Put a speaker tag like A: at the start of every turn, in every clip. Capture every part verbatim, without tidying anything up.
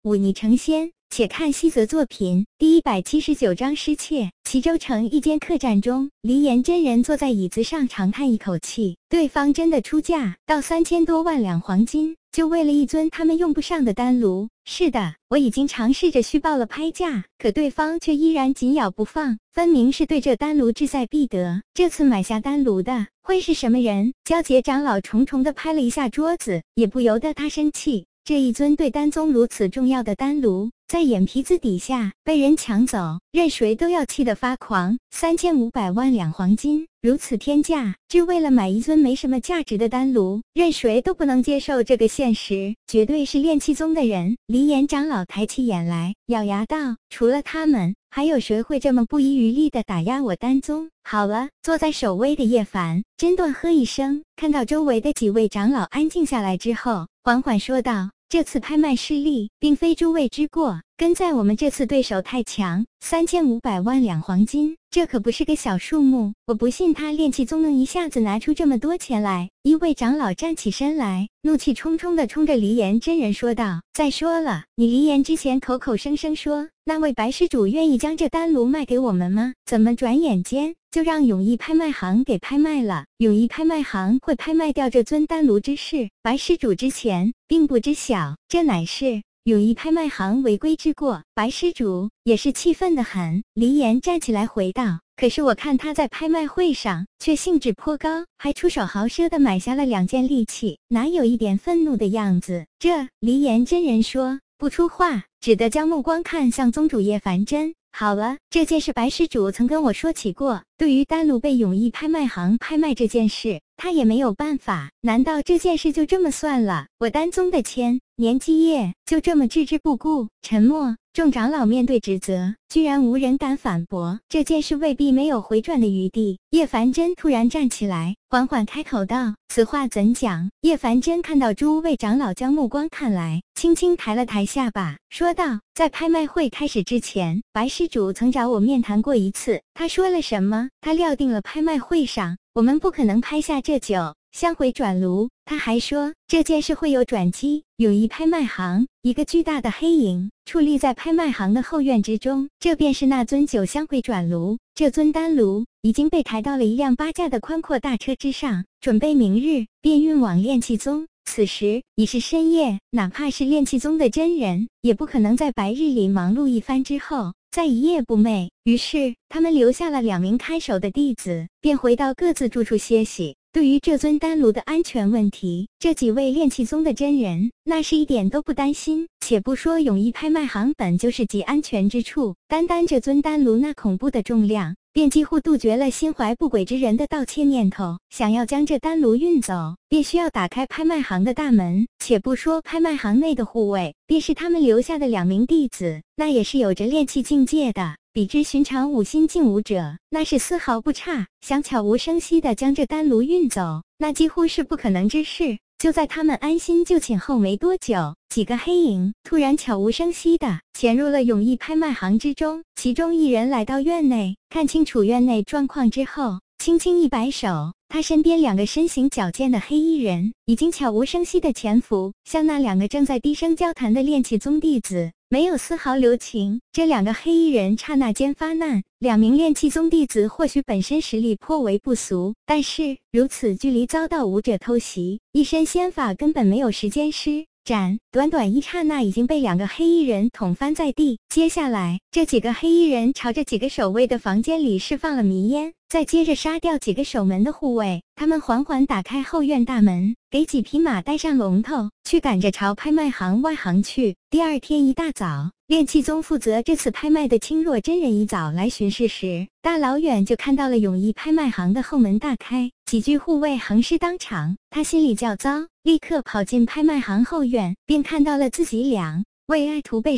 A: 忤逆成仙。且看西泽作品第一百七十九章失窃。齐州城一间客栈中，梨岩真人坐在椅子上长叹一口气，对方真的出价到三千多万两黄金，就为了一尊他们用不上的丹炉。是的，我已经尝试着虚报了拍价，可对方却依然紧咬不放，分明是对这丹炉志在必得。这次买下丹炉的会是什么人？焦杰长老重重地拍了一下桌子，也不由得他生气。这一尊对丹宗如此重要的丹炉，在眼皮子底下被人抢走，任谁都要气得发狂。三千五百万两黄金，如此天价，只为了买一尊没什么价值的丹炉，任谁都不能接受这个现实，绝对是炼气宗的人。梨岩长老抬起眼来，咬牙道：除了他们，还有谁会这么不遗余力地打压我丹宗？好了，坐在首位的叶凡真断喝一声，看到周围的几位长老安静下来之后，缓缓说道：这次拍卖失利，并非诸位之过，跟在我们这次对手太强，三千五百万两黄金，这可不是个小数目，我不信他炼气宗能一下子拿出这么多钱来。一位长老站起身来，怒气冲冲地冲着梨岩真人说道：再说了，你梨岩之前口口声声说那位白施主愿意将这丹炉卖给我们吗？怎么转眼间就让永义拍卖行给拍卖了？永义拍卖行会拍卖掉这尊丹炉之事，白施主之前并不知晓，这乃是永义拍卖行违规之过。白施主也是气愤得很。梨岩站起来回道：可是我看他在拍卖会上却兴致颇高，还出手豪奢地买下了两件利器，哪有一点愤怒的样子？这梨岩真人说不出话，只得将目光看向宗主叶凡真。好了，这件事白施主曾跟我说起过，对于丹炉被永义拍卖行拍卖这件事，他也没有办法。难道这件事就这么算了？我丹宗的千年基业就这么置之不顾？沉默。众长老面对指责，居然无人敢反驳，这件事未必没有回转的余地。叶凡真突然站起来，缓缓开口道：此话怎讲？叶凡真看到诸位长老将目光看来，轻轻抬了抬下巴，说道：在拍卖会开始之前，白施主曾找我面谈过一次，他说了什么？他料定了拍卖会上我们不可能拍下这酒，相回转炉。他还说这件事会有转机。永义拍卖行，一个巨大的黑影矗立在拍卖行的后院之中，这便是那尊酒香回转炉。这尊丹炉已经被抬到了一辆八架的宽阔大车之上，准备明日便运往炼气宗。此时已是深夜，哪怕是炼气宗的真人，也不可能在白日里忙碌一番之后再一夜不寐。于是他们留下了两名看守的弟子，便回到各自住处歇息。对于这尊丹炉的安全问题，这几位炼气宗的真人那是一点都不担心。且不说永义拍卖行本就是极安全之处，单单这尊丹炉那恐怖的重量，便几乎杜绝了心怀不轨之人的盗窃念头。想要将这丹炉运走，便需要打开拍卖行的大门。且不说拍卖行内的护卫，便是他们留下的两名弟子，那也是有着炼气境界的，比之寻常五星劲武者，那是丝毫不差。想悄无声息地将这丹炉运走，那几乎是不可能之事。就在他们安心就寝后没多久，几个黑影突然悄无声息地潜入了永义拍卖行之中。其中一人来到院内，看清楚院内状况之后，轻轻一摆手，他身边两个身形矫健的黑衣人已经悄无声息地潜伏向那两个正在低声交谈的炼气宗弟子，没有丝毫留情。这两个黑衣人刹那间发难，两名炼气宗弟子或许本身实力颇为不俗，但是如此距离遭到武者偷袭，一身仙法根本没有时间施展，短短一刹那已经被两个黑衣人捅翻在地。接下来这几个黑衣人朝着几个守卫的房间里释放了迷烟，再接着杀掉几个守门的护卫。他们缓缓打开后院大门，给几匹马带上龙头，去赶着朝拍卖行外行去。第二天一大早，炼气宗负责这次拍卖的青若真人一早来巡视时，大老远就看到了永义拍卖行的后门大开，几具护卫横尸当场。他心里较糟，立刻跑进拍卖行后院，便看到了自己两位爱徒被杀。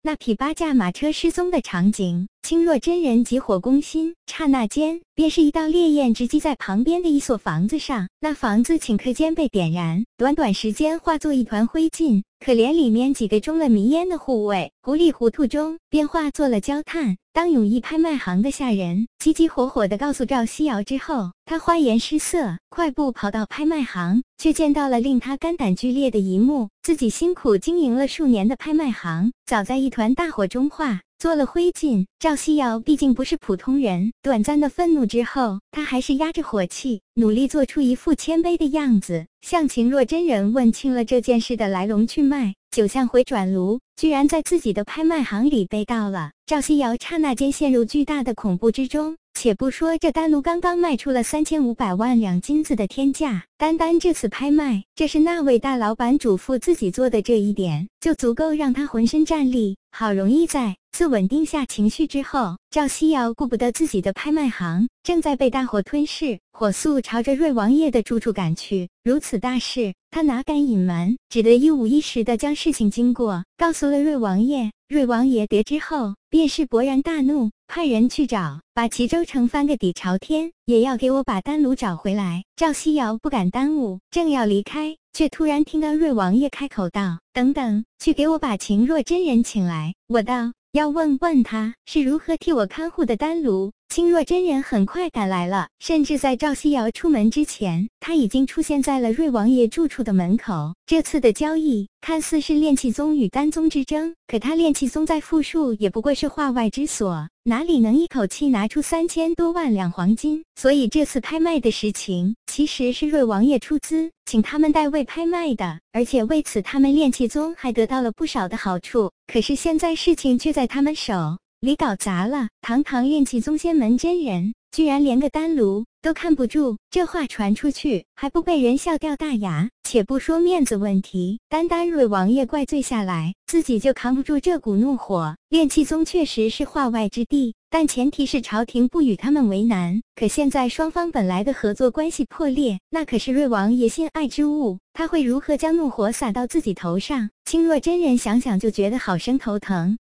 A: 那匹八驾马车失踪的场景，青若真人急火攻心，刹那间便是一道烈焰直击在旁边的一所房子上，那房子顷刻间被点燃，短短时间化作一团灰烬。可怜里面几个中了迷烟的护卫，糊里糊涂中便化作了焦炭。当永义拍卖行的下人急急火火地告诉赵西瑶之后，他花颜失色，快步跑到拍卖行，却见到了令他肝胆俱裂的一幕：自己辛苦经营了数年的拍卖行，早在一团大火中化做了灰烬。赵西瑶毕竟不是普通人，短暂的愤怒之后，他还是压着火气，努力做出一副谦卑的样子，向秦若真人问清了这件事的来龙去脉。九项回转炉居然在自己的拍卖行里被盗了，赵西瑶刹那间陷入巨大的恐怖之中。且不说这丹炉刚刚卖出了三千五百万两金子的天价，单单这次拍卖，这是那位大老板嘱咐自己做的这一点，就足够让他浑身战栗。好容易在自稳定下情绪之后，赵西瑶顾不得自己的拍卖行正在被大火吞噬，火速朝着瑞王爷的住处赶去。如此大事，他哪敢隐瞒，只得一五一十地将事情经过告诉了瑞王爷。瑞王爷得知后，便是勃然大怒，派人去找，把齐州城翻个底朝天，也要给我把丹炉找回来。赵西瑶不敢耽误，正要离开，却突然听到瑞王爷开口道：“等等，去给我把秦若真人请来，我倒要问问他是如何替我看护的丹炉。”青若真人很快赶来了，甚至在赵西瑶出门之前，他已经出现在了瑞王爷住处的门口。这次的交易看似是炼气宗与丹宗之争，可他炼气宗在富庶也不过是化外之所，哪里能一口气拿出三千多万两黄金？所以这次拍卖的实情其实是瑞王爷出资请他们代为拍卖的，而且为此他们炼气宗还得到了不少的好处。可是现在事情却在他们手里搞砸了，堂堂炼气宗仙门真人，居然连个丹炉都看不住，这话传出去还不被人笑掉大牙？且不说面子问题，单单瑞王爷怪罪下来，自己就扛不住这股怒火。炼气宗确实是化外之地，但前提是朝廷不与他们为难。可现在双方本来的合作关系破裂，那可是瑞王爷心爱之物，他会如何将怒火撒到自己头上？青若真人想想就觉得好生头疼。